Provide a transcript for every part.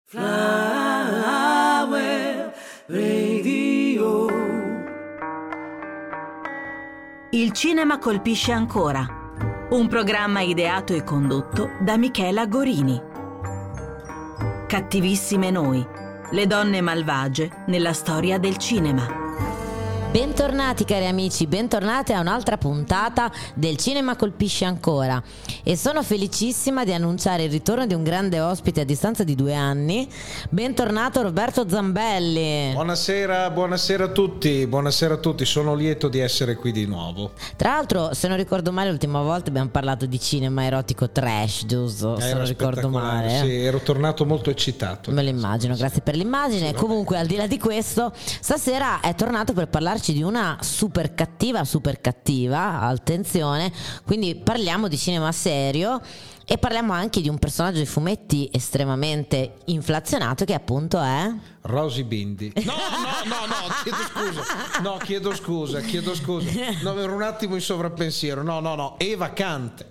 Flower Radio. Il cinema colpisce ancora. Un programma ideato e condotto da Michela Gorini. Cattivissime noi, le donne malvagie nella storia del cinema. Bentornati cari amici, bentornati a un'altra puntata del Cinema Colpisce Ancora e sono felicissima di annunciare il ritorno di un grande ospite a distanza di 2 anni. Bentornato Roberto Zambelli. Buonasera a tutti, sono lieto di essere qui di nuovo. Tra l'altro, se non ricordo male, l'ultima volta abbiamo parlato di cinema erotico trash, giusto? Se non ricordo male. Sì, ero tornato molto eccitato. Me lo immagino, grazie per l'immagine. Comunque, al di là di questo, stasera è tornato per parlarci di una super cattiva, attenzione, quindi parliamo di cinema serio e parliamo anche di un personaggio di fumetti estremamente inflazionato che appunto è Rosy Bindi. Chiedo scusa. No, ero un attimo in sovrappensiero. No, Eva Kant.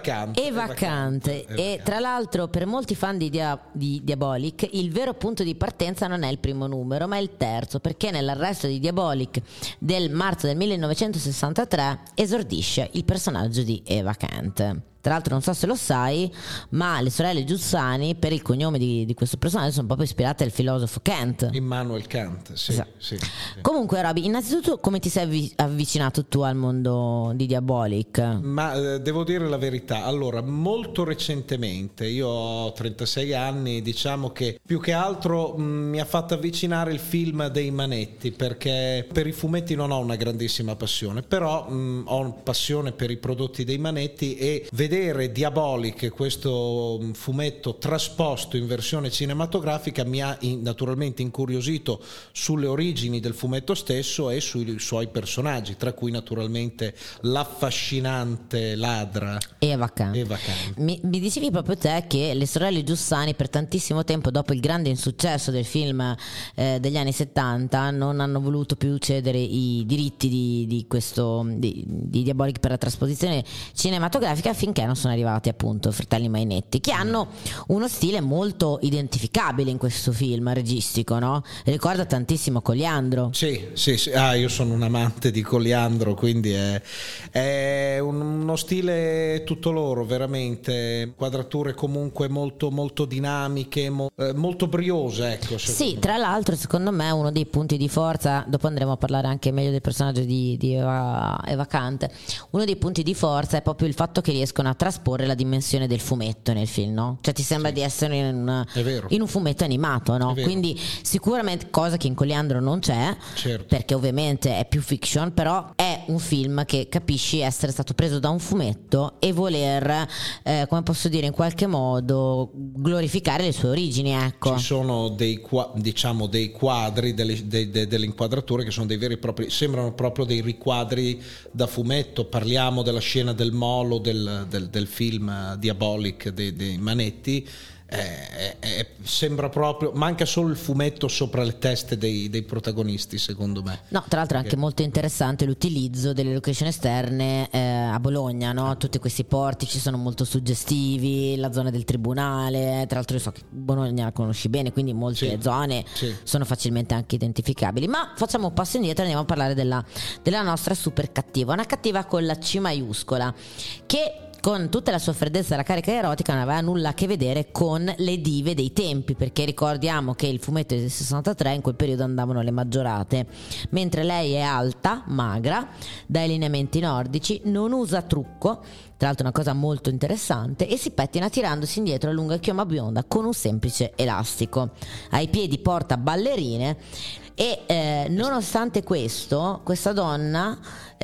E tra l'altro, per molti fan di Diabolic, il vero punto di partenza non è il primo numero, ma il terzo, perché nell'arresto di Diabolic del marzo del 1963 esordisce il personaggio di Eva Kant. Tra l'altro non so se lo sai, ma le sorelle Giussani, per il cognome di questo personaggio, sono proprio ispirate al filosofo Kant. Immanuel Kant, sì, esatto. Sì. Comunque Roby, innanzitutto come ti sei avvicinato tu al mondo di Diabolic? Ma devo dire la verità, allora molto recentemente, io ho 36 anni, diciamo che più che altro mi ha fatto avvicinare il film dei Manetti, perché per i fumetti non ho una grandissima passione, però ho passione per i prodotti dei Manetti e vedere Diabolic, questo fumetto trasposto in versione cinematografica, mi ha naturalmente incuriosito sulle origini del fumetto stesso e sui suoi personaggi, tra cui naturalmente l'affascinante ladra Eva Kant. Mi dicevi proprio te che le sorelle Giussani per tantissimo tempo, dopo il grande insuccesso del film degli anni 70, non hanno voluto più cedere i diritti di Diabolic per la trasposizione cinematografica, finché non sono arrivati appunto fratelli Mainetti, che hanno uno stile molto identificabile in questo film registico, no? Ricorda tantissimo Coliandro. Sì. Io sono un amante di Coliandro, quindi è uno stile tutto loro, veramente, quadrature comunque molto, molto dinamiche, molto briose, ecco. Sì, tra l'altro secondo me uno dei punti di forza, dopo andremo a parlare anche meglio del personaggio di Eva Kant, uno dei punti di forza è proprio il fatto che riescono a trasporre la dimensione del fumetto nel film, no? Cioè ti sembra di essere in un fumetto animato, no? Quindi sicuramente, cosa che in Coliandro non c'è, certo, perché ovviamente è più fiction, però è un film che capisci essere stato preso da un fumetto e voler come posso dire, in qualche modo glorificare le sue origini, ecco. Ci sono dei quadri, delle inquadrature che sono dei veri e propri, sembrano proprio dei riquadri da fumetto. Parliamo della scena del molo del film Diabolic dei Manetti. Sembra proprio, manca solo il fumetto sopra le teste dei protagonisti, secondo me. No, tra l'altro è anche molto interessante l'utilizzo delle location esterne a Bologna, no? Tutti questi portici sono molto suggestivi, la zona del tribunale, tra l'altro io so che Bologna la conosci bene, quindi molte zone sono facilmente anche identificabili. Ma facciamo un passo indietro e andiamo a parlare della nostra super cattiva, una cattiva con la C maiuscola, che con tutta la sua freddezza e la carica erotica non aveva nulla a che vedere con le dive dei tempi, perché ricordiamo che il fumetto è del 63, in quel periodo andavano le maggiorate, mentre lei è alta, magra, dai lineamenti nordici, non usa trucco, tra l'altro una cosa molto interessante, e si pettina tirandosi indietro a lunga chioma bionda con un semplice elastico. Ai piedi porta ballerine e nonostante questo, questa donna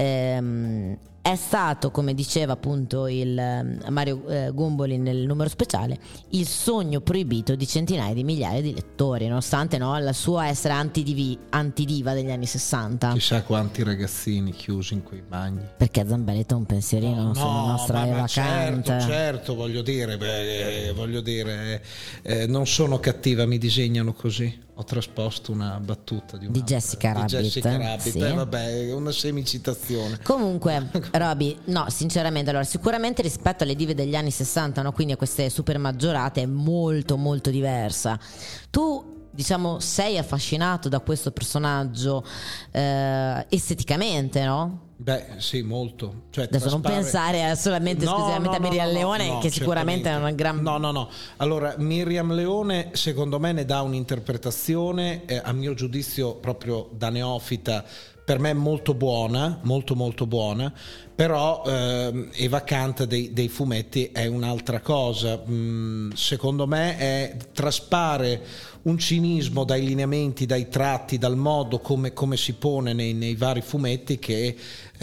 è stato, come diceva appunto il Mario Gumboli nel numero speciale, il sogno proibito di centinaia di migliaia di lettori, nonostante la sua essere antidiva degli anni 60. Chissà quanti ragazzini chiusi in quei bagni. Perché a Zambelletto un pensierino sulla nostra Eva Kant. Certo, voglio dire, non sono cattiva, mi disegnano così. Ho trasposto una battuta di Jessica Rabbit. Sì. Vabbè, è una semicitazione. Comunque, Roby, no, sinceramente, allora sicuramente rispetto alle dive degli anni 60, no, quindi a queste super maggiorate, è molto molto diversa. Tu, diciamo, sei affascinato da questo personaggio esteticamente, no? Beh, sì, molto. Cioè, adesso non pensare esclusivamente a Miriam Leone, che sicuramente è una gran... No. Allora, Miriam Leone secondo me ne dà un'interpretazione, a mio giudizio proprio da neofita, per me molto buona, molto molto buona, però Eva Kant dei fumetti è un'altra cosa. Secondo me traspare un cinismo dai lineamenti, dai tratti, dal modo come si pone nei vari fumetti, che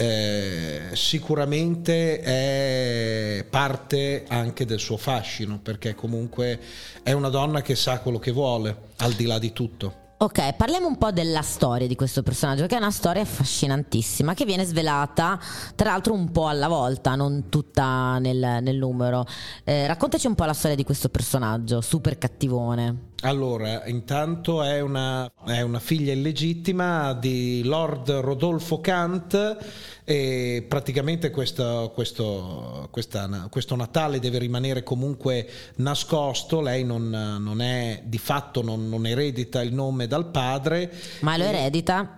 sicuramente è parte anche del suo fascino, perché comunque è una donna che sa quello che vuole, al di là di tutto. Ok, parliamo un po' della storia di questo personaggio, che è una storia affascinantissima, che viene svelata tra l'altro un po' alla volta, non tutta nel numero. Raccontaci un po' la storia di questo personaggio super cattivone. Allora, intanto è una figlia illegittima di Lord Rodolfo Kant, e praticamente questo Natale deve rimanere comunque nascosto. Lei non è, di fatto non eredita il nome dal padre, ma lo eredita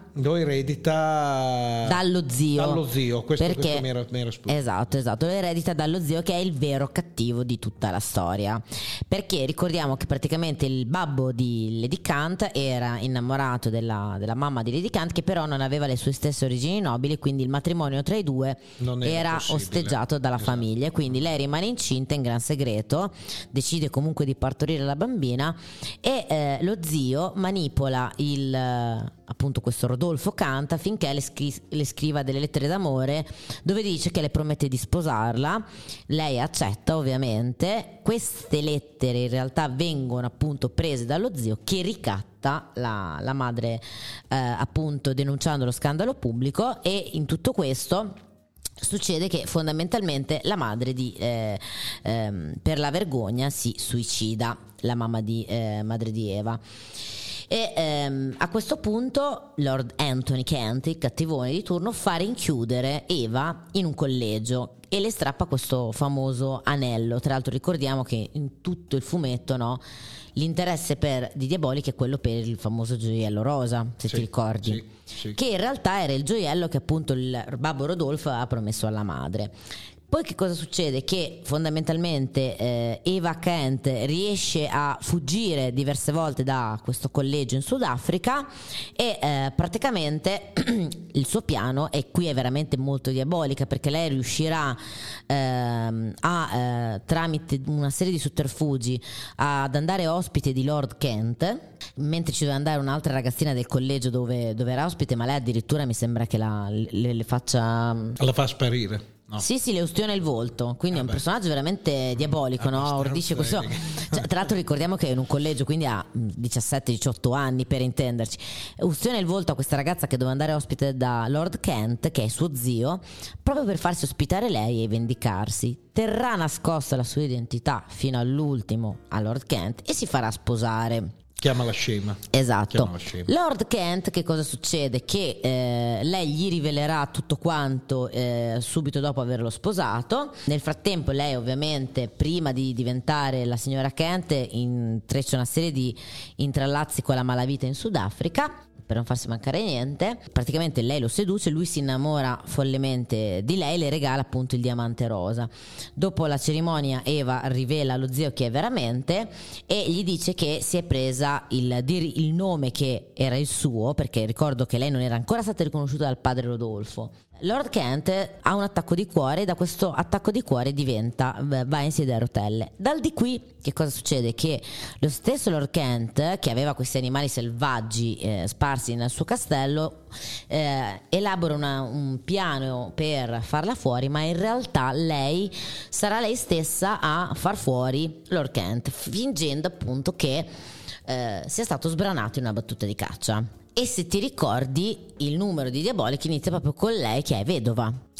dallo zio, questo mi era spunto. Esatto, lo eredita dallo zio, che è il vero cattivo di tutta la storia, perché ricordiamo che praticamente il babbo di Lady Kant era innamorato della mamma di Lady Kant, che però non aveva le sue stesse origini nobili, quindi il matrimonio tra i due era osteggiato dalla famiglia, quindi lei rimane incinta in gran segreto, decide comunque di partorire la bambina, e lo zio manipola appunto questo Rodolfo Kant affinché le scriva delle lettere d'amore dove dice che le promette di sposarla. Lei accetta, ovviamente. Queste lettere in realtà vengono appunto prese dallo zio, che ricatta la madre, appunto denunciando lo scandalo pubblico, e in tutto questo succede che fondamentalmente la madre per la vergogna si suicida, la madre di Eva. E a questo punto Lord Anthony Kent, il cattivone di turno, fa rinchiudere Eva in un collegio e le strappa questo famoso anello. Tra l'altro ricordiamo che in tutto il fumetto, no, l'interesse di Diabolic è quello per il famoso gioiello rosa, se ti ricordi, sì. Che in realtà era il gioiello che appunto il babbo Rodolfo ha promesso alla madre. Poi che cosa succede? Che fondamentalmente Eva Kent riesce a fuggire diverse volte da questo collegio in Sudafrica, e praticamente il suo piano, e qui è veramente molto diabolica, perché lei riuscirà tramite una serie di sotterfugi ad andare ospite di Lord Kent, mentre ci deve andare un'altra ragazzina del collegio dove era ospite, ma lei addirittura mi sembra che le faccia... La fa sparire. No. Sì, le ustiona il volto, quindi è un personaggio veramente diabolico, no? Ordisce questo. Cioè, tra l'altro ricordiamo che è in un collegio, quindi ha 17-18 anni, per intenderci. Ustiona il volto a questa ragazza che doveva andare ospite da Lord Kent, che è suo zio, proprio per farsi ospitare lei e vendicarsi. Terrà nascosta la sua identità fino all'ultimo a Lord Kent e si farà sposare. Chiama la scema. Esatto. Lord Kent, che cosa succede? Che lei gli rivelerà tutto quanto subito dopo averlo sposato. Nel frattempo lei, ovviamente, prima di diventare la signora Kent, intreccia una serie di intrallazzi con la malavita in Sudafrica per non farsi mancare niente. Praticamente lei lo seduce, lui si innamora follemente di lei, le regala appunto il diamante rosa. Dopo la cerimonia Eva rivela allo zio chi è veramente e gli dice che si è presa il nome che era il suo, perché ricordo che lei non era ancora stata riconosciuta dal padre Rodolfo. Lord Kent ha un attacco di cuore e da questo attacco di cuore va in sedia a rotelle. Dal di qui che cosa succede? Che lo stesso Lord Kent, che aveva questi animali selvaggi sparsi nel suo castello, elabora un piano per farla fuori, ma in realtà sarà lei stessa a far fuori Lord Kent, fingendo appunto che sia stato sbranato in una battuta di caccia. E se ti ricordi, il numero di Diabolic inizia proprio con lei che è vedova.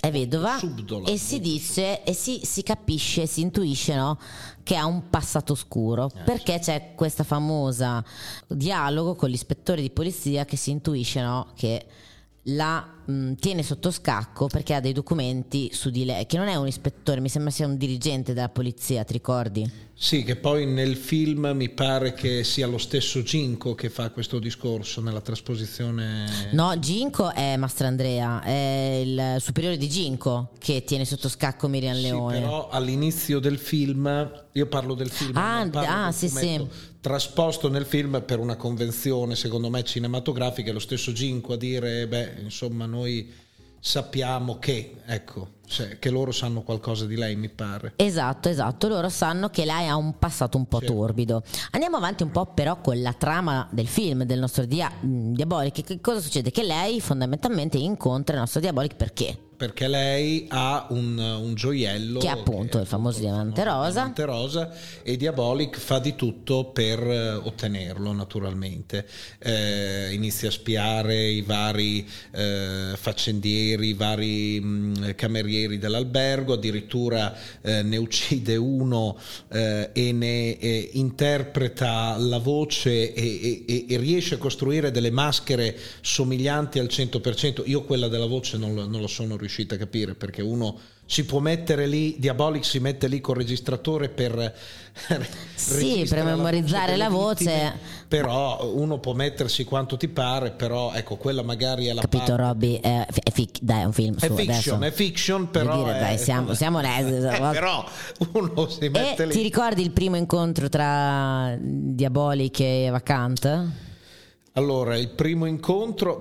è vedova subdola, e si dice e si capisce, si intuisce, no, che ha un passato oscuro, perché c'è questa famosa dialogo con l'ispettore di polizia che si intuisce, no, che la tiene sotto scacco perché ha dei documenti su di lei, che non è un ispettore, mi sembra sia un dirigente della polizia, ti ricordi? Sì, che poi nel film mi pare che sia lo stesso Ginko che fa questo discorso nella trasposizione. No, Ginko è Mastrandrea, è il superiore di Ginko che tiene sotto scacco Miriam Leone. Sì, però all'inizio del film, io parlo del film, non parlo del sì, fumetto, trasposto nel film per una convenzione secondo me cinematografica, è lo stesso Ginko a dire, beh, insomma, noi sappiamo che, ecco, cioè, che loro sanno qualcosa di lei, mi pare. Esatto, loro sanno che lei ha un passato un po' torbido. Andiamo avanti un po' però con la trama del film, del nostro Diabolic. Che cosa succede? Che lei fondamentalmente incontra il nostro Diabolic perché lei ha un gioiello che è appunto il famoso diamante rosa, e Diabolic fa di tutto per ottenerlo, naturalmente. Inizia a spiare i vari faccendieri, i vari camerieri dell'albergo, addirittura ne uccide uno e ne interpreta la voce e riesce a costruire delle maschere somiglianti al 100%. Io quella della voce non lo sono riuscito a capire, perché uno si può mettere lì, Diabolic si mette lì col registratore per per memorizzare la voce, però uno può mettersi quanto ti pare, però ecco, quella magari è la capito parte... Robby, dai, è un film è fiction, però dire, dai, siamo però uno si mette lì. Ti ricordi il primo incontro tra Diabolic e Eva Kant? Allora, il primo incontro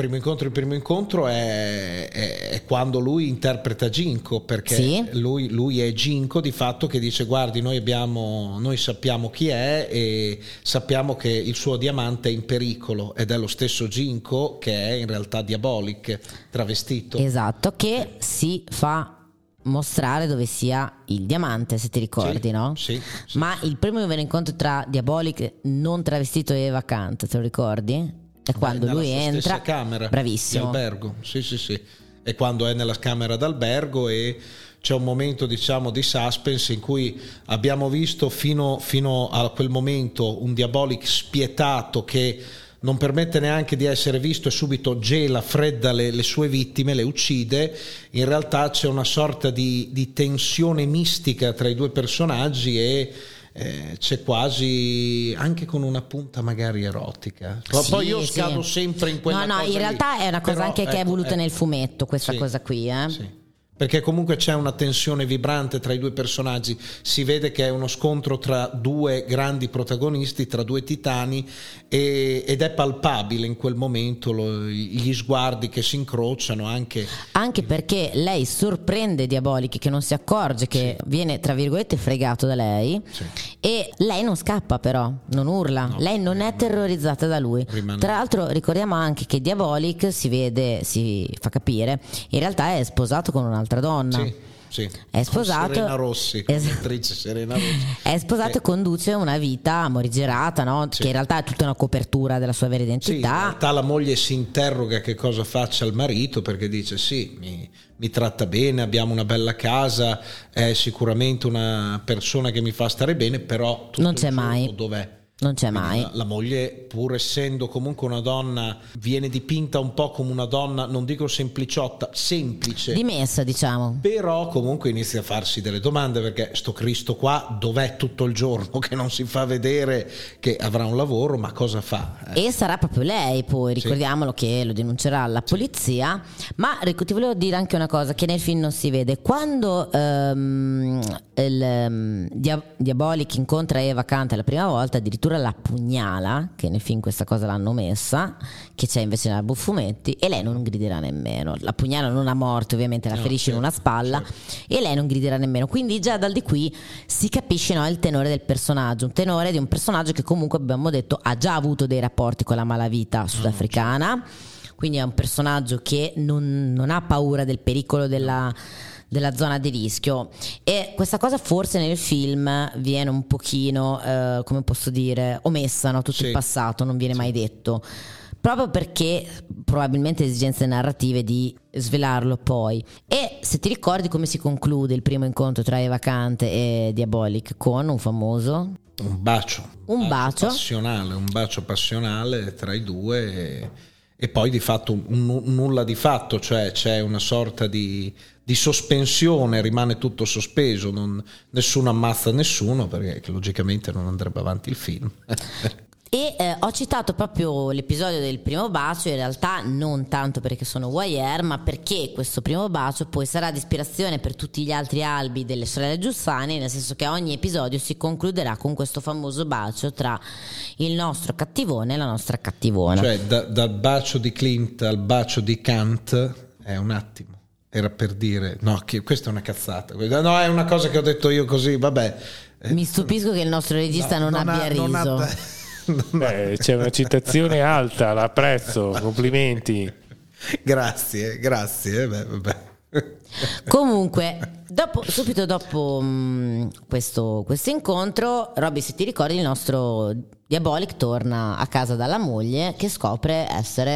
è quando lui interpreta Ginko, perché sì? lui è Ginko di fatto, che dice: guardi, noi sappiamo chi è e sappiamo che il suo diamante è in pericolo, ed è lo stesso Ginko che è in realtà Diabolic travestito. Esatto, che si fa mostrare dove sia il diamante, se ti ricordi, sì, no? Sì. Ma il primo vero incontro tra Diabolic non travestito e Eva Kant, te lo ricordi? È quando lui entra nella camera, bravissimo, di albergo. Sì. È quando è nella camera d'albergo e c'è un momento, diciamo, di suspense in cui abbiamo visto fino a quel momento un Diabolic spietato che non permette neanche di essere visto e subito gela, fredda le sue vittime, le uccide. In realtà c'è una sorta di tensione mistica tra i due personaggi e c'è quasi anche con una punta magari erotica. Poi io scado sempre in quella cosa in realtà è una cosa però, anche che è voluta nel fumetto, questa cosa qui, Sì. Perché comunque c'è una tensione vibrante tra i due personaggi, si vede che è uno scontro tra due grandi protagonisti, tra due titani, ed è palpabile in quel momento gli sguardi che si incrociano, anche perché lei sorprende Diabolic, che non si accorge che viene tra virgolette fregato da lei, e lei non scappa, però non urla, lei non è terrorizzata da lui. Tra l'altro ricordiamo anche che Diabolic si fa capire, in realtà è sposato con un'altra donna. Sì. È sposato, Serena Rossi, l'attrice Serena Rossi. È sposato e conduce una vita morigerata, no? Che in realtà è tutta una copertura della sua vera identità. Sì, in realtà la moglie si interroga che cosa faccia il marito, perché dice: sì, mi tratta bene, abbiamo una bella casa, è sicuramente una persona che mi fa stare bene, però tutto non c'è mai. Dov'è? Non c'è mai. La moglie, pur essendo comunque una donna, viene dipinta un po' come una donna, non dico sempliciotta, semplice, dimessa, diciamo, però comunque inizia a farsi delle domande, perché sto Cristo qua dov'è tutto il giorno, che non si fa vedere che avrà un lavoro, ma cosa fa? E sarà proprio lei, poi ricordiamolo, che lo denuncerà alla polizia. Ma ti volevo dire anche una cosa che nel film non si vede: quando Diabolic incontra Eva Kant la prima volta, addirittura la pugnala, che nel film questa cosa l'hanno messa, che c'è invece nell'album fumetti, e lei non griderà nemmeno. La pugnala non a morte, ovviamente, la ferisce in una spalla, e lei non griderà nemmeno. Quindi già dal di qui si capisce, no, il tenore del personaggio, un tenore di un personaggio che comunque, abbiamo detto, ha già avuto dei rapporti con la malavita sudafricana, quindi è un personaggio che non ha paura del pericolo della zona di rischio. E questa cosa forse nel film viene un pochino come posso dire, omessa, no? Tutto il passato non viene mai detto, proprio perché probabilmente esigenze narrative di svelarlo poi. E se ti ricordi come si conclude il primo incontro tra Eva Kant e Diabolik? Con un famoso un bacio passionale tra i due e poi di fatto un nulla di fatto, cioè c'è una sorta di sospensione, rimane tutto sospeso, nessuno ammazza nessuno perché logicamente non andrebbe avanti il film. E ho citato proprio l'episodio del primo bacio, in realtà non tanto perché sono voyeur, ma perché questo primo bacio poi sarà di ispirazione per tutti gli altri albi delle sorelle Giussani, nel senso che ogni episodio si concluderà con questo famoso bacio tra il nostro cattivone e la nostra cattivona. Cioè dal bacio di Klimt al bacio di Kant è un attimo, era per dire, no, che questa è una cazzata, no, è una cosa che ho detto io così, vabbè. Mi stupisco che il nostro regista non abbia riso. C'è una citazione alta, l'apprezzo, complimenti. Grazie. Vabbè. Comunque, subito dopo questo incontro, Robby, se ti ricordi, il nostro Diabolik torna a casa dalla moglie che scopre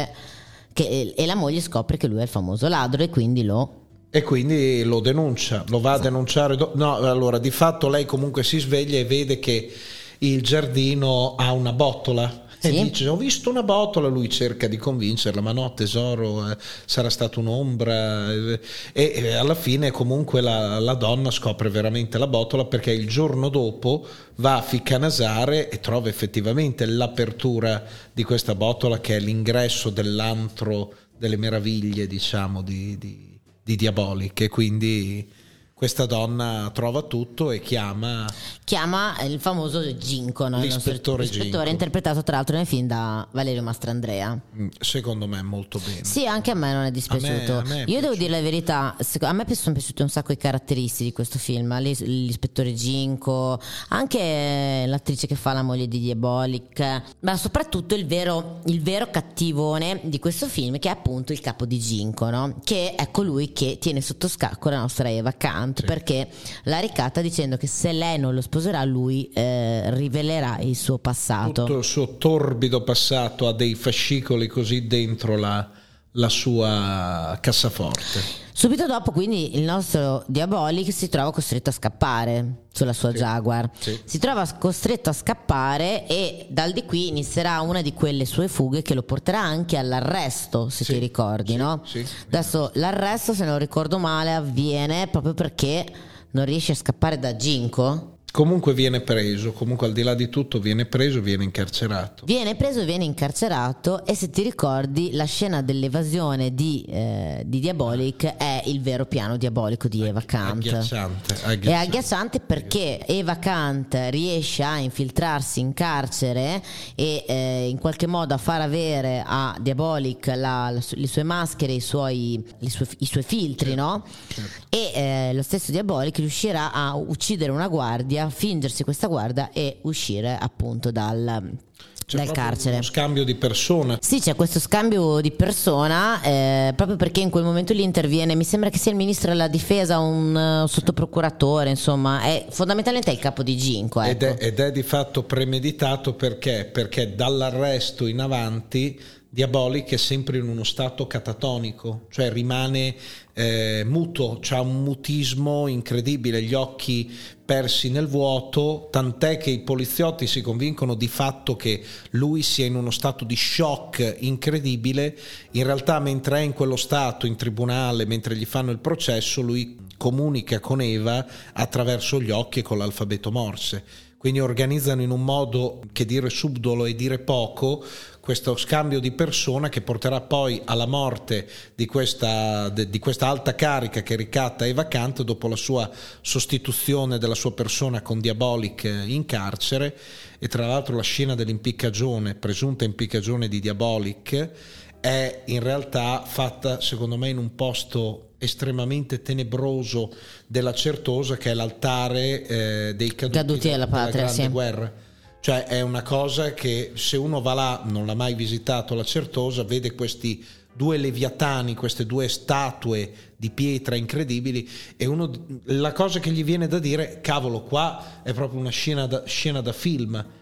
e la moglie scopre che lui è il famoso ladro e quindi lo denuncia, lo va a denunciare. No, allora di fatto lei comunque si sveglia e vede che il giardino ha una botola e dice: ho visto una botola. Lui cerca di convincerla, ma no tesoro, sarà stata un'ombra, e alla fine comunque la donna scopre veramente la botola, perché il giorno dopo va a Ficcanasare e trova effettivamente l'apertura di questa botola, che è l'ingresso dell'antro delle meraviglie, diciamo, di Diabolik. E quindi questa donna trova tutto e chiama il famoso Ginko, no? l'ispettore Ginko, interpretato tra l'altro nel film da Valerio Mastrandrea. Secondo me molto bene. Sì, anche a me non è dispiaciuto. Io devo dire la verità, a me sono piaciute un sacco i caratteristici di questo film, l'ispettore Ginko, anche l'attrice che fa la moglie di Diabolik, ma soprattutto il vero cattivone di questo film, che è appunto il capo di Ginko, no? Che è colui che tiene sotto scacco la nostra Eva Kant. Sì. Perché la ricatta dicendo che se lei non lo sposerà lui rivelerà il suo passato, tutto il suo torbido passato, ha dei fascicoli così dentro la sua cassaforte. Subito dopo quindi il nostro Diabolik si trova costretto a scappare sulla sua Jaguar. Si trova costretto a scappare e dal di qui inizierà una di quelle sue fughe che lo porterà anche all'arresto, se ti ricordi, no? Adesso l'arresto, se non ricordo male, avviene proprio perché non riesce a scappare da Ginko. Comunque viene preso, comunque al di là di tutto viene preso, viene incarcerato. E se ti ricordi la scena dell'evasione di Diabolik è il vero piano diabolico di Eva Kant. È agghiacciante perché Eva Kant riesce a infiltrarsi in carcere e in qualche modo a far avere a Diabolik le sue maschere, i suoi filtri, no? E lo stesso Diabolik riuscirà a uccidere una guardia, fingersi questa guardia e uscire appunto dal carcere. Uno scambio di persona. Sì, c'è questo scambio di persona proprio perché in quel momento lì interviene, mi sembra che sia il ministro della difesa, un sottoprocuratore, insomma è fondamentalmente il capo di Ginko, ecco. ed è di fatto premeditato perché dall'arresto in avanti Diabolik è sempre in uno stato catatonico, cioè rimane muto, c'ha un mutismo incredibile, gli occhi persi nel vuoto, tant'è che i poliziotti si convincono di fatto che lui sia in uno stato di shock incredibile. In realtà, mentre è in quello stato in tribunale, mentre gli fanno il processo, lui comunica con Eva attraverso gli occhi e con l'alfabeto Morse. Quindi organizzano in un modo che dire subdolo e dire poco questo scambio di persona, che porterà poi alla morte di questa alta carica che ricatta Eva Kant dopo la sua sostituzione della sua persona con Diabolik in carcere. E tra l'altro la scena dell'impiccagione, presunta impiccagione di Diabolik, è in realtà fatta secondo me in un posto estremamente tenebroso della Certosa, che è l'altare dei caduti della Grande Guerra. Cioè è una cosa che, se uno va là, non l'ha mai visitato la Certosa, vede questi due leviatani, queste due statue di pietra incredibili, e la cosa che gli viene da dire: cavolo, qua è proprio una scena da film.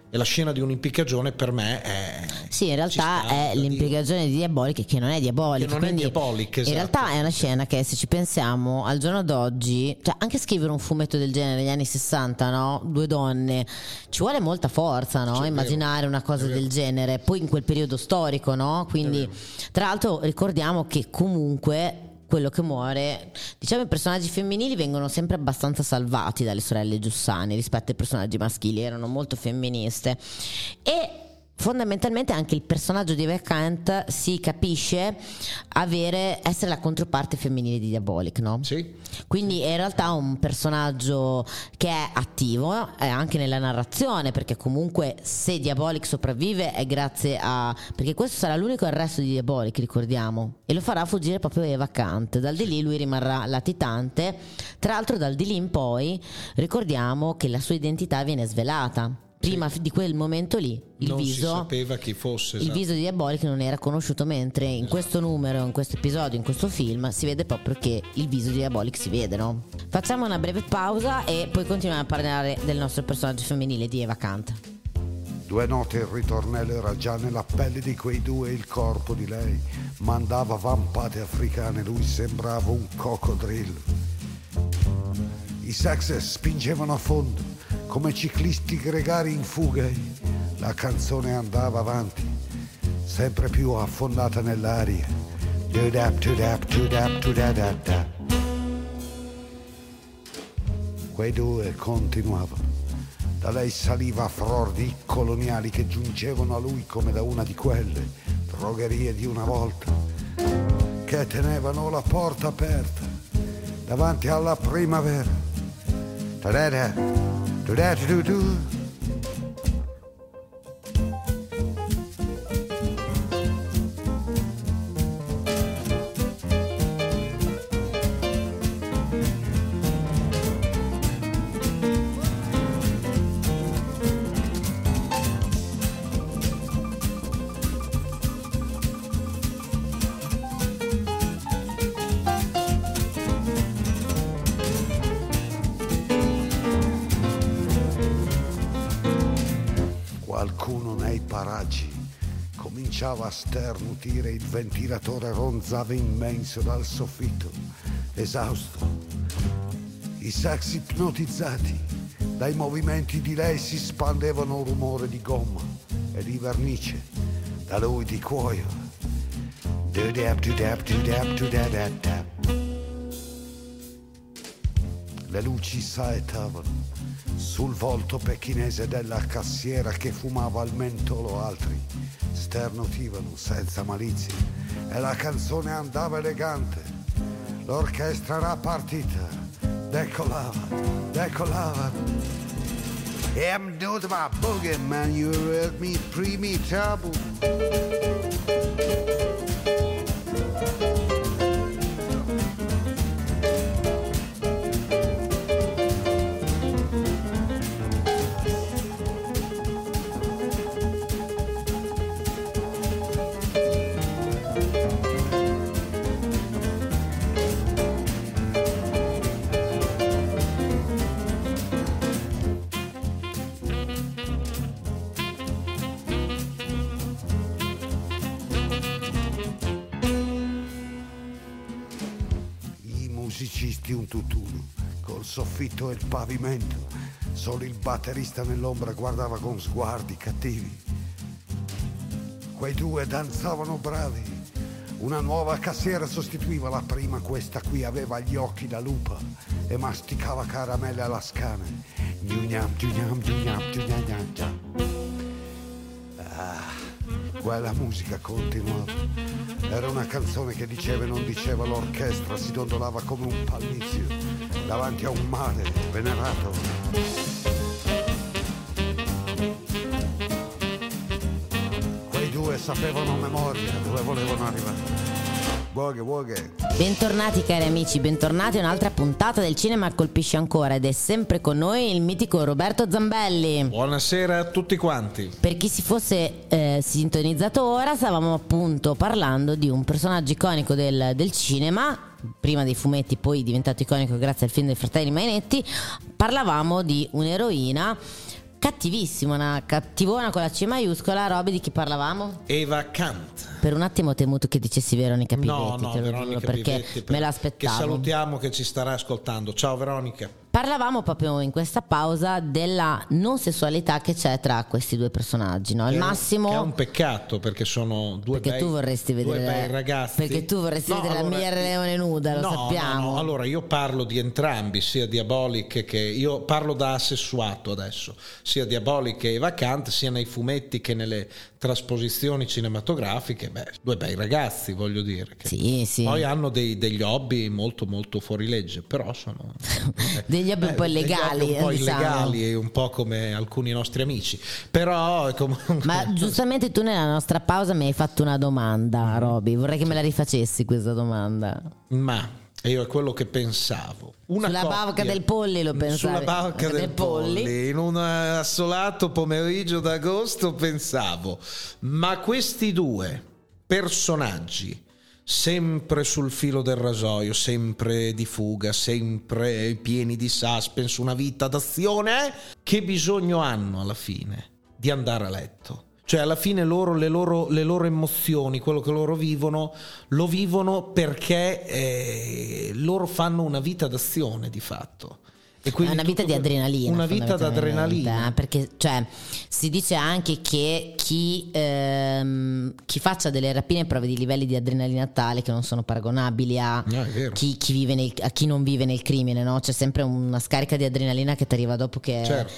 E la scena di un'impiccagione per me è... Sì, in realtà è l'impiccagione di Diabolik che non è Diabolik. Che non è Diabolik, esatto. In realtà è una scena che, se ci pensiamo, al giorno d'oggi, cioè anche scrivere un fumetto del genere negli anni 60, no? 2 donne, ci vuole molta forza, no? Immaginare una cosa del genere, poi in quel periodo storico, no? Quindi, tra l'altro, ricordiamo che comunque quello che muore, diciamo, i personaggi femminili vengono sempre abbastanza salvati dalle sorelle Giussani rispetto ai personaggi maschili, erano molto femministe, e fondamentalmente anche il personaggio di Eva Kant si capisce essere la controparte femminile di Diabolik, no? Sì. Quindi è in realtà un personaggio che è attivo anche nella narrazione, perché comunque se Diabolik sopravvive è grazie a... perché questo sarà l'unico arresto di Diabolik, ricordiamo, e lo farà fuggire proprio Eva Kant. Dal di lì lui rimarrà latitante. Tra l'altro dal di lì in poi ricordiamo che la sua identità viene svelata. Prima di quel momento lì non si sapeva chi fosse, il viso di Diabolik non era conosciuto, mentre in questo numero, in questo episodio, in questo film si vede proprio che il viso di Diabolik si vede, no? Facciamo una breve pausa e poi continuiamo a parlare del nostro personaggio femminile di Eva Kant. 2 note il ritornello era già nella pelle di quei 2, il corpo di lei mandava vampate africane, lui sembrava un coccodrillo. I sex spingevano a fondo come ciclisti gregari in fuga. La canzone andava avanti, sempre più affondata nell'aria. Quei 2 continuavano. Da lei saliva fror di coloniali che giungevano a lui come da una di quelle drogherie di una volta, che tenevano la porta aperta davanti alla primavera. Qualcuno nei paraggi cominciava a sternutire, il ventilatore ronzava immenso dal soffitto, esausto. I sax ipnotizzati dai movimenti di lei si spandevano un rumore di gomma e di vernice, da lui di cuoio. Le luci saetavano sul volto pechinese della cassiera che fumava al mentolo, altri sternutivano senza malizia e la canzone andava elegante. L'orchestra era partita, decollava. I'm not my boogie man, you heard me primi taboo. Musicisti un tutt'uno, col soffitto e il pavimento, solo il batterista nell'ombra guardava con sguardi cattivi. Quei 2 danzavano bravi, una nuova cassiera sostituiva la prima, questa qui aveva gli occhi da lupa e masticava caramelle alla scane. Quella musica continuava. Era una canzone che diceva e non diceva, l'orchestra si dondolava come un pallizio davanti a un mare venerato. Quei 2 sapevano a memoria dove volevano arrivare. Buoghe. Bentornati cari amici, bentornati a un'altra puntata del Cinema Colpisce Ancora, ed è sempre con noi il mitico Roberto Zambelli. Buonasera a tutti quanti. Per chi si fosse sintonizzato ora, stavamo appunto parlando di un personaggio iconico del cinema, prima dei fumetti, poi diventato iconico grazie al film dei fratelli Mainetti. Parlavamo di un'eroina cattivissimo, una cattivona con la C maiuscola. Roby, di chi parlavamo? Eva Kant. Per un attimo ho temuto che dicessi Veronica Pivetti, No, te lo Veronica giuro, perché Pivetti, me l'aspettavo. Che salutiamo, che ci starà ascoltando. Ciao Veronica. Parlavamo proprio in questa pausa della non sessualità che c'è tra questi due personaggi, no? Al massimo, che è un peccato, perché sono due perché tu vorresti vedere, due bei ragazzi. Perché tu vorresti vedere la mia Leone nuda, lo sappiamo. No. Allora io parlo di entrambi, sia Diabolic che io parlo da asessuato adesso, sia Diabolic che Eva Kant, sia nei fumetti che nelle trasposizioni cinematografiche. Due bei ragazzi, voglio dire, che sì. Poi hanno degli hobby molto molto fuorilegge, però sono degli hobby un po' illegali, un po' diciamo. illegali, un po' come alcuni nostri amici, però comunque... Ma giustamente tu nella nostra pausa mi hai fatto una domanda, Roby, vorrei che me la rifacessi questa domanda. Ma io è quello che pensavo. Sulla barca del Polli lo pensavi? Sulla barca del Polli, in un assolato pomeriggio d'agosto pensavo, ma questi due personaggi sempre sul filo del rasoio, sempre di fuga, sempre pieni di suspense, una vita d'azione, che bisogno hanno alla fine di andare a letto? Cioè alla fine le loro emozioni, quello che loro vivono, lo vivono perché loro fanno una vita d'azione di fatto. E è una vita di adrenalina. Una vita d'adrenalina. Perché cioè, si dice anche che chi faccia delle rapine prova di livelli di adrenalina tale che non sono paragonabili a chi non vive nel crimine, no? C'è sempre una scarica di adrenalina che ti arriva dopo che... Certo.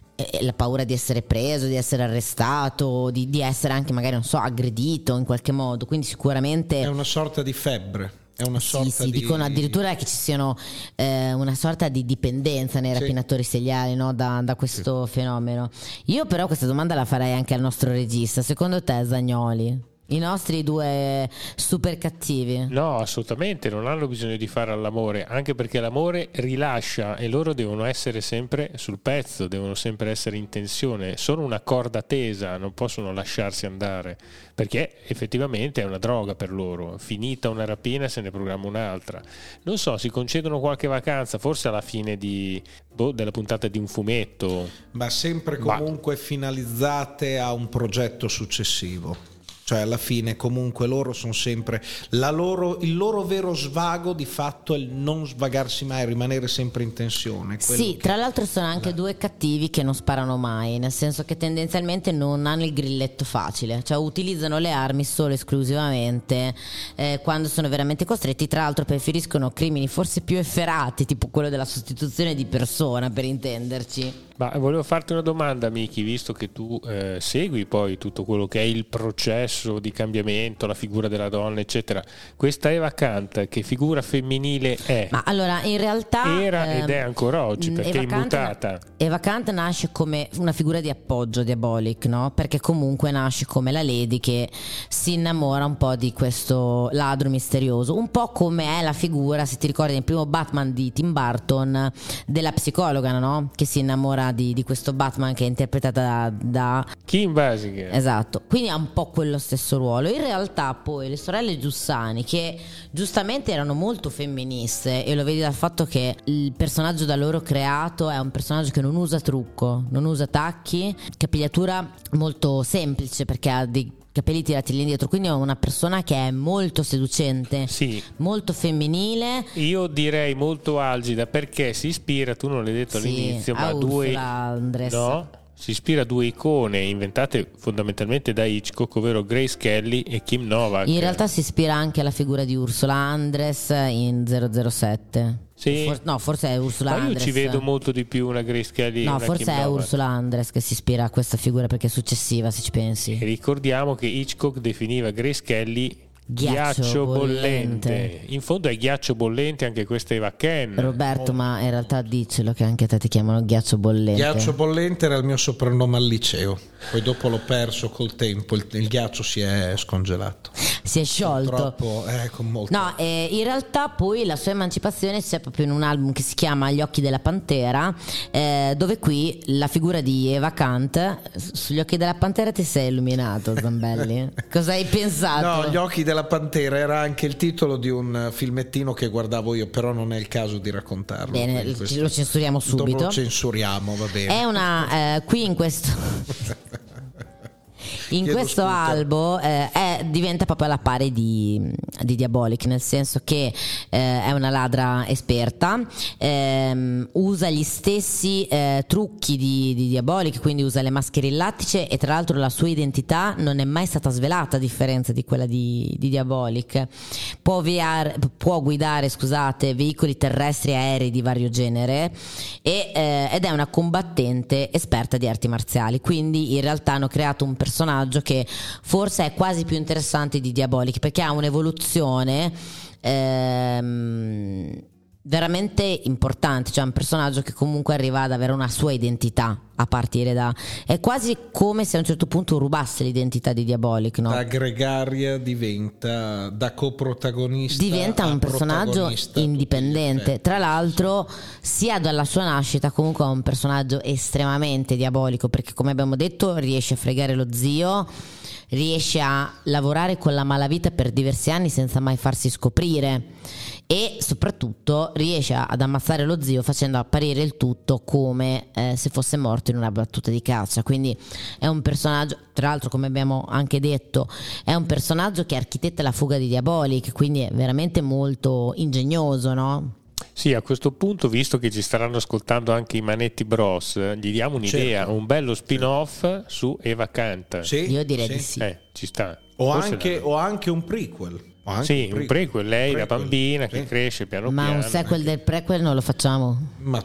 La paura di essere preso, di essere arrestato, di essere anche magari, non so, aggredito in qualche modo. Quindi sicuramente è una sorta di febbre. È una sorta sì, di... dicono addirittura che ci siano una sorta di dipendenza nei rapinatori seriali, no? da questo fenomeno. Io però questa domanda la farei anche al nostro regista. Secondo te, Zagnoli, i nostri due super cattivi? No, assolutamente, non hanno bisogno di fare all'amore, anche perché l'amore rilascia e loro devono essere sempre sul pezzo, devono sempre essere in tensione, sono una corda tesa, non possono lasciarsi andare, perché effettivamente è una droga per loro. Finita una rapina se ne programma un'altra. Non so, si concedono qualche vacanza, forse alla fine della puntata di un fumetto, ma sempre comunque finalizzate a un progetto successivo. Cioè alla fine comunque loro sono sempre il loro vero svago di fatto è il non svagarsi mai, rimanere sempre in tensione. Sì, tra l'altro sono anche due cattivi che non sparano mai, nel senso che tendenzialmente non hanno il grilletto facile, cioè utilizzano le armi solo esclusivamente quando sono veramente costretti. Tra l'altro preferiscono crimini forse più efferati, tipo quello della sostituzione di persona, per intenderci. Ma volevo farti una domanda, Miki, visto che tu segui poi tutto quello che è il processo di cambiamento, la figura della donna, eccetera. Questa Eva Kant, che figura femminile è? Ma allora, in realtà era ed è ancora oggi, perché è immutata. Eva Kant nasce come una figura di appoggio Diabolic, no? Perché comunque nasce come la Lady che si innamora un po' di questo ladro misterioso, un po' come è la figura, se ti ricordi, nel primo Batman di Tim Burton, della psicologa, no? Che si innamora di questo Batman, che è interpretata da Kim Basinger. Esatto, quindi ha un po' quello stesso ruolo. In realtà poi le sorelle Giussani, che giustamente erano molto femministe, e lo vedi dal fatto che il personaggio da loro creato è un personaggio che non usa trucco, non usa tacchi, capigliatura molto semplice perché ha dei capelli tirati all'indietro, quindi è una persona che è molto seducente, sì, molto femminile, io direi molto algida, perché si ispira, tu non l'hai detto all'inizio, ma Ursula Andress. No? Si ispira a due icone inventate fondamentalmente da Hitchcock, ovvero Grace Kelly e Kim Novak. In realtà si ispira anche alla figura di Ursula Andress in 007. Sì. Forse è Ursula Andress. Ma io ci vedo molto di più una Grace Kelly. No, una forse Kim è Novak. Ursula Andress che si ispira a questa figura, perché è successiva, se ci pensi. E ricordiamo che Hitchcock definiva Grace Kelly ghiaccio bollente. In fondo è ghiaccio bollente anche questa Eva Ken. Roberto, ma in realtà dicelo che anche te ti chiamano ghiaccio bollente. Ghiaccio bollente era il mio soprannome al liceo, poi dopo l'ho perso col tempo, il ghiaccio si è scongelato. si è sciolto. Purtroppo, con molto. No, in realtà poi la sua emancipazione c'è proprio in un album che si chiama Gli occhi della pantera, dove qui la figura di Eva Kant, sugli occhi della pantera ti sei illuminato, Zambelli. Cosa hai pensato? No, Gli occhi della pantera era anche il titolo di un filmettino che guardavo io, però non è il caso di raccontarlo. Bene, lo censuriamo subito. Lo censuriamo, va bene. È una qui in questo questo albo diventa proprio alla pari di Diabolic, nel senso che è una ladra esperta, usa gli stessi trucchi di Diabolic, quindi usa le maschere in lattice, e tra l'altro la sua identità non è mai stata svelata a differenza di quella di Diabolic. Può guidare veicoli terrestri e aerei di vario genere, ed è una combattente esperta di arti marziali, quindi in realtà hanno creato un personaggio che forse è quasi più interessante di Diabolic, perché ha un'evoluzione veramente importante, cioè un personaggio che comunque arriva ad avere una sua identità, a partire da, è quasi come se a un certo punto rubasse l'identità di Diabolic, no? Da gregaria diventa, da coprotagonista diventa un personaggio indipendente. Tra l'altro, sia dalla sua nascita comunque è un personaggio estremamente diabolico, perché come abbiamo detto riesce a fregare lo zio, riesce a lavorare con la malavita per diversi anni senza mai farsi scoprire, e soprattutto riesce ad ammazzare lo zio facendo apparire il tutto come se fosse morto in una battuta di caccia. Quindi è un personaggio, tra l'altro, come abbiamo anche detto, è un personaggio che architetta la fuga di Diabolic, quindi è veramente molto ingegnoso, no? Sì, a questo punto, visto che ci staranno ascoltando anche i Manetti Bros, gli diamo un'idea, un bello spin-off su Eva Kant. Sì, io direi di sì. Ci sta. O anche un prequel. Un prequel, lei da bambina che cresce piano ma piano. Un sequel del prequel non lo facciamo? Ma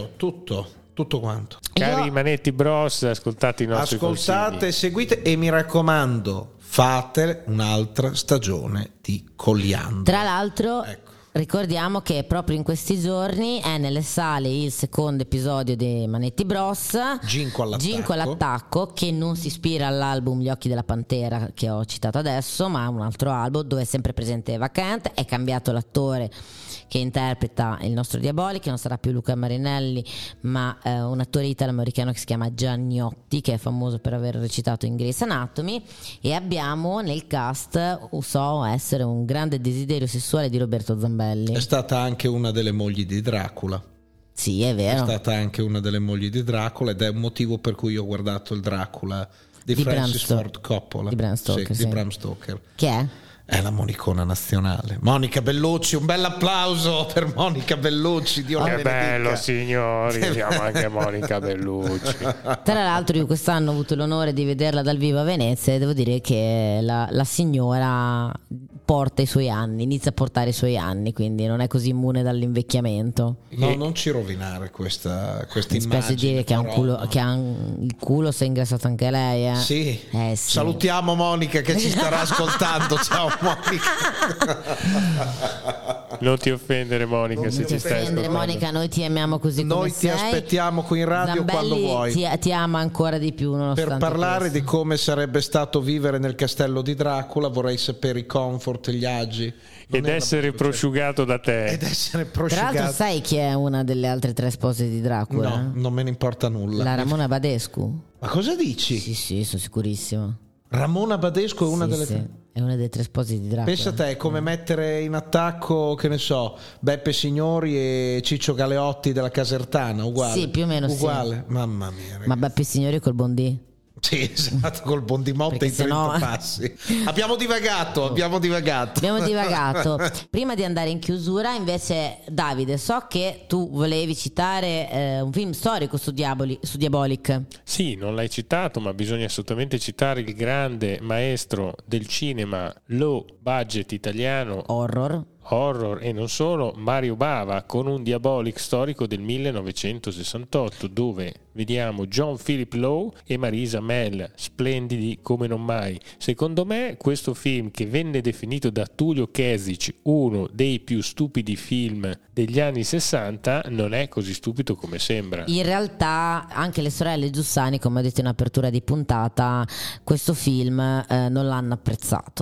tutto quanto. Cari Manetti Bros, ascoltate i nostri consigli. Seguite e mi raccomando, fate un'altra stagione di Colliando. Tra l'altro, ricordiamo che proprio in questi giorni è nelle sale il secondo episodio dei Manetti Bros, Ginco all'attacco, che non si ispira all'album Gli occhi della pantera che ho citato adesso, ma un altro album dove è sempre presente Eva Kant. È cambiato l'attore che interpreta il nostro Diabolic, che non sarà più Luca Marinelli, ma un attore italo-americano che si chiama Giannotti, che è famoso per aver recitato in Grey's Anatomy, e abbiamo nel cast, so essere un grande desiderio sessuale di Roberto Zambelli. È stata anche una delle mogli di Dracula. Sì, è vero. È stata anche una delle mogli di Dracula, ed è un motivo per cui ho guardato il Dracula di Francis Ford Coppola, di Bram Stoker, di Bram Stoker. Che è? È la monicona nazionale, Monica Bellucci. Un bel applauso per Monica Bellucci. Dio che bello, signori, siamo anche Monica Bellucci. Tra l'altro io quest'anno ho avuto l'onore di vederla dal vivo a Venezia, e devo dire che la signora porta i suoi anni, inizia a portare i suoi anni, quindi non è così immune dall'invecchiamento. No, non ci rovinare questa immagine. Mi spiace dire che ha un culo, che ha il culo, si è ingrassato anche lei. Sì. Sì. Salutiamo Monica che ci starà ascoltando. Ciao Monica. Non ti offendere, Monica, se ci stai ascoltando. Monica, noi ti amiamo così come sei. Noi ti aspettiamo qui in radio Zambelli quando vuoi. Ti ama ancora di più, per parlare di come sarebbe stato vivere nel castello di Dracula. Vorrei sapere i comfort, gli agi ed essere prosciugato da te. Ed essere Tra prosciugato. l'altro, sai chi è una delle altre 3 spose di Dracula? No, non me ne importa nulla. La Ramona Badescu. Ma cosa dici? Sì, sono sicurissimo. Ramona Badescu è una delle 3. È una delle 3 spose di Dracula. Pensa a te, è come mettere in attacco, che ne so, Beppe Signori e Ciccio Galeotti della Casertana, uguale. Sì, più o meno uguale. Sì. Mamma mia, ragazzi. Ma Beppe Signori col Bondi? Sì, esatto, col Bondimotte in 30 passi. Abbiamo divagato. Prima di andare in chiusura, invece, Davide, so che tu volevi citare un film storico su Diabolic. Sì, non l'hai citato, ma bisogna assolutamente citare il grande maestro del cinema low budget italiano, horror e non solo, Mario Bava, con un Diabolic storico del 1968, dove vediamo John Philip Lowe e Marisa Mel, splendidi come non mai. Secondo me questo film, che venne definito da Tullio Kesic uno dei più stupidi film degli anni 60, non è così stupido come sembra. In realtà anche le sorelle Giussani, come ho detto in apertura di puntata, questo film non l'hanno apprezzato.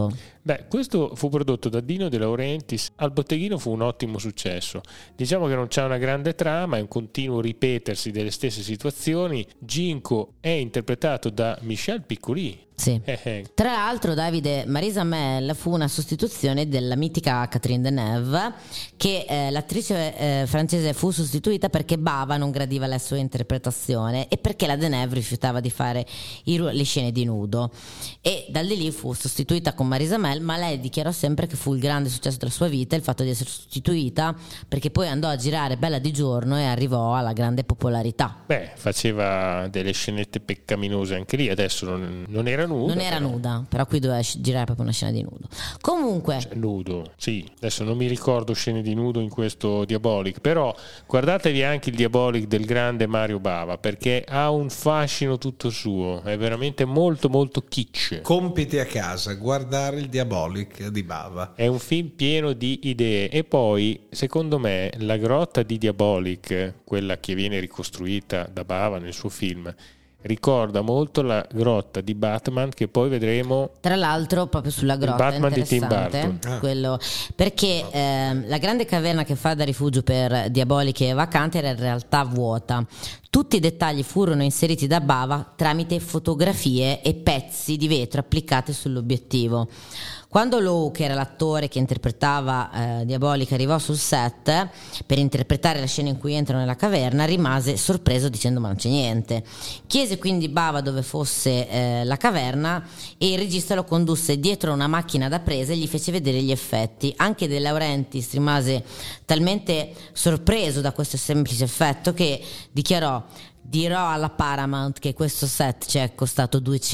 Beh, questo fu prodotto da Dino De Laurentiis, al botteghino fu un ottimo successo. Diciamo che non c'è una grande trama, è un continuo ripetersi delle stesse situazioni. Ginko è interpretato da Michel Piccoli. Sì. Tra l'altro, Davide, Marisa Mel fu una sostituzione della mitica Catherine Deneuve, che l'attrice francese fu sostituita perché Bava non gradiva la sua interpretazione e perché la Deneuve rifiutava di fare le scene di nudo, e da lì fu sostituita con Marisa Mel, ma lei dichiarò sempre che fu il grande successo della sua vita il fatto di essere sostituita, perché poi andò a girare Bella di giorno e arrivò alla grande popolarità. Beh, faceva delle scenette peccaminose anche lì, adesso non era nuda. Non era nuda, però qui doveva girare proprio una scena di nudo. Comunque, cioè, nudo, sì, adesso non mi ricordo scene di nudo in questo Diabolic, però guardatevi anche il Diabolic del grande Mario Bava, perché ha un fascino tutto suo, è veramente molto molto kitsch. Compiti a casa, guardare il Diabolic di Bava. È un film pieno di idee. E poi, secondo me, la grotta di Diabolic, quella che viene ricostruita da Bava nel suo film, ricorda molto la grotta di Batman, che poi vedremo, tra l'altro, proprio sulla grotta, Batman di Tim Burton. Quello, perché la grande caverna che fa da rifugio per Diabolic e Vacante era in realtà vuota. Tutti i dettagli furono inseriti da Bava tramite fotografie e pezzi di vetro applicati sull'obiettivo. Quando Lowe, che era l'attore che interpretava Diabolic, arrivò sul set per interpretare la scena in cui entrano nella caverna, rimase sorpreso dicendo: ma non c'è niente. Chiese quindi Bava dove fosse la caverna e il regista lo condusse dietro una macchina da presa e gli fece vedere gli effetti. Anche De Laurentiis rimase talmente sorpreso da questo semplice effetto che dichiarò: dirò alla Paramount che questo set ci è costato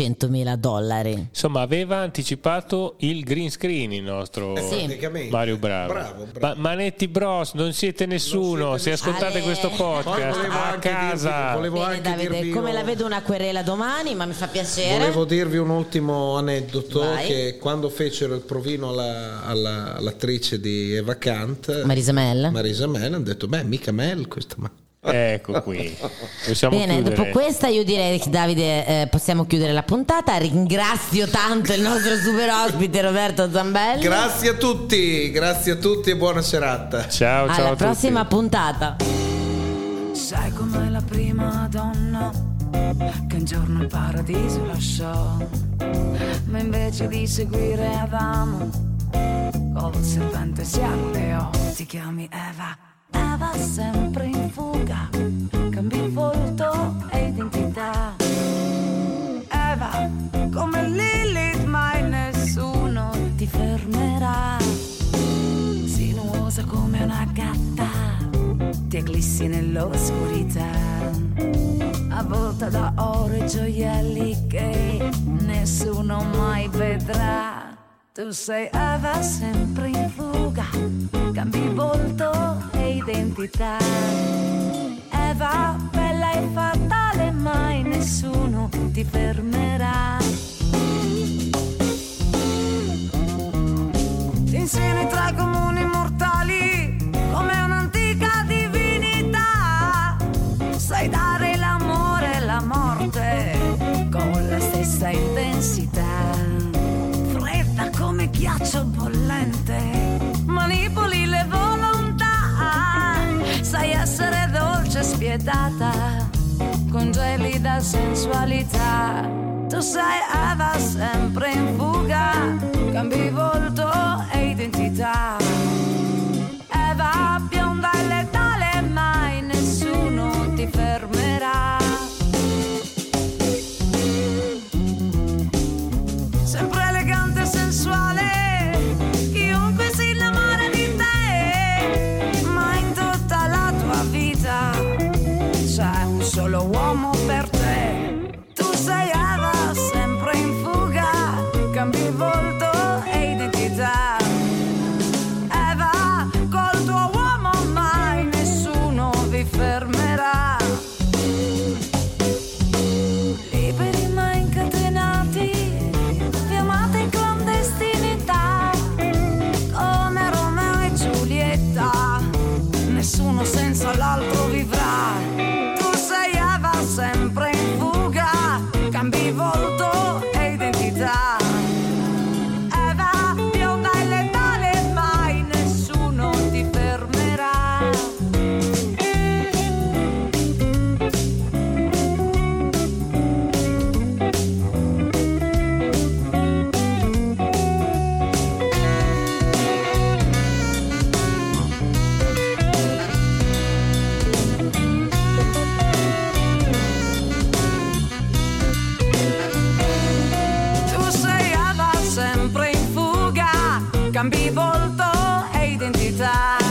$200,000. Insomma, aveva anticipato il green screen il nostro Mario Bravo. Manetti Bros, non siete nessuno. Se ascoltate questo podcast a casa, volevo bene, anche Davide, dirvi come la vedo una querela domani, ma mi fa piacere. Volevo dirvi un ultimo aneddoto. Vai. Che quando fecero il provino all'attrice di Eva Kant, Marisa Mel, hanno detto: beh, mica Mel questa, ma ecco qui. Possiamo bene, chiudere. dopo questa io direi che, Davide, possiamo chiudere la puntata. Ringrazio tanto il nostro super ospite Roberto Zambelli. Grazie a tutti e buona serata. Ciao Alla a tutti. prossima puntata. Sai com'è la prima donna che un giorno il paradiso lasciò, ma invece di seguire Adamo col serpente si alleò. Ti chiami Eva, Eva sempre in fuga, cambi volto e identità. Eva come Lilith, mai nessuno ti fermerà. Sinuosa come una gatta, ti eclissi nell'oscurità, avvolta da oro e gioielli che nessuno mai vedrà. Tu sei Eva sempre in fuga, cambi volto e identità. Eva bella e fatale, mai nessuno ti fermerà. Ti insiemi tra i comuni mortali come un'antica divinità. Sai dare l'amore e la morte con la stessa intensità. Fredda come ghiaccio bollente, manipoli le volontà. Sai essere dolce e spietata, con gelida sensualità. Tu sei Eva sempre in fuga, cambi volto e identità. Eva bionda e letale, mai nessuno ti fermerà. Sempre elegante e sensuale, chiunque si innamora di te, ma in tutta la tua vita c'è un solo uomo per te. Tu sei Eva sempre in fuga, cambi volto e identità. Eva col tuo uomo mai nessuno vi fermerà. Liberi ma incatenati, vi amate in clandestinità, come Romeo e Giulietta, nessuno senza l'altro vivrà. Tu sei Eva sempre in fuga, cambi volto e identità. cambi volto e identità.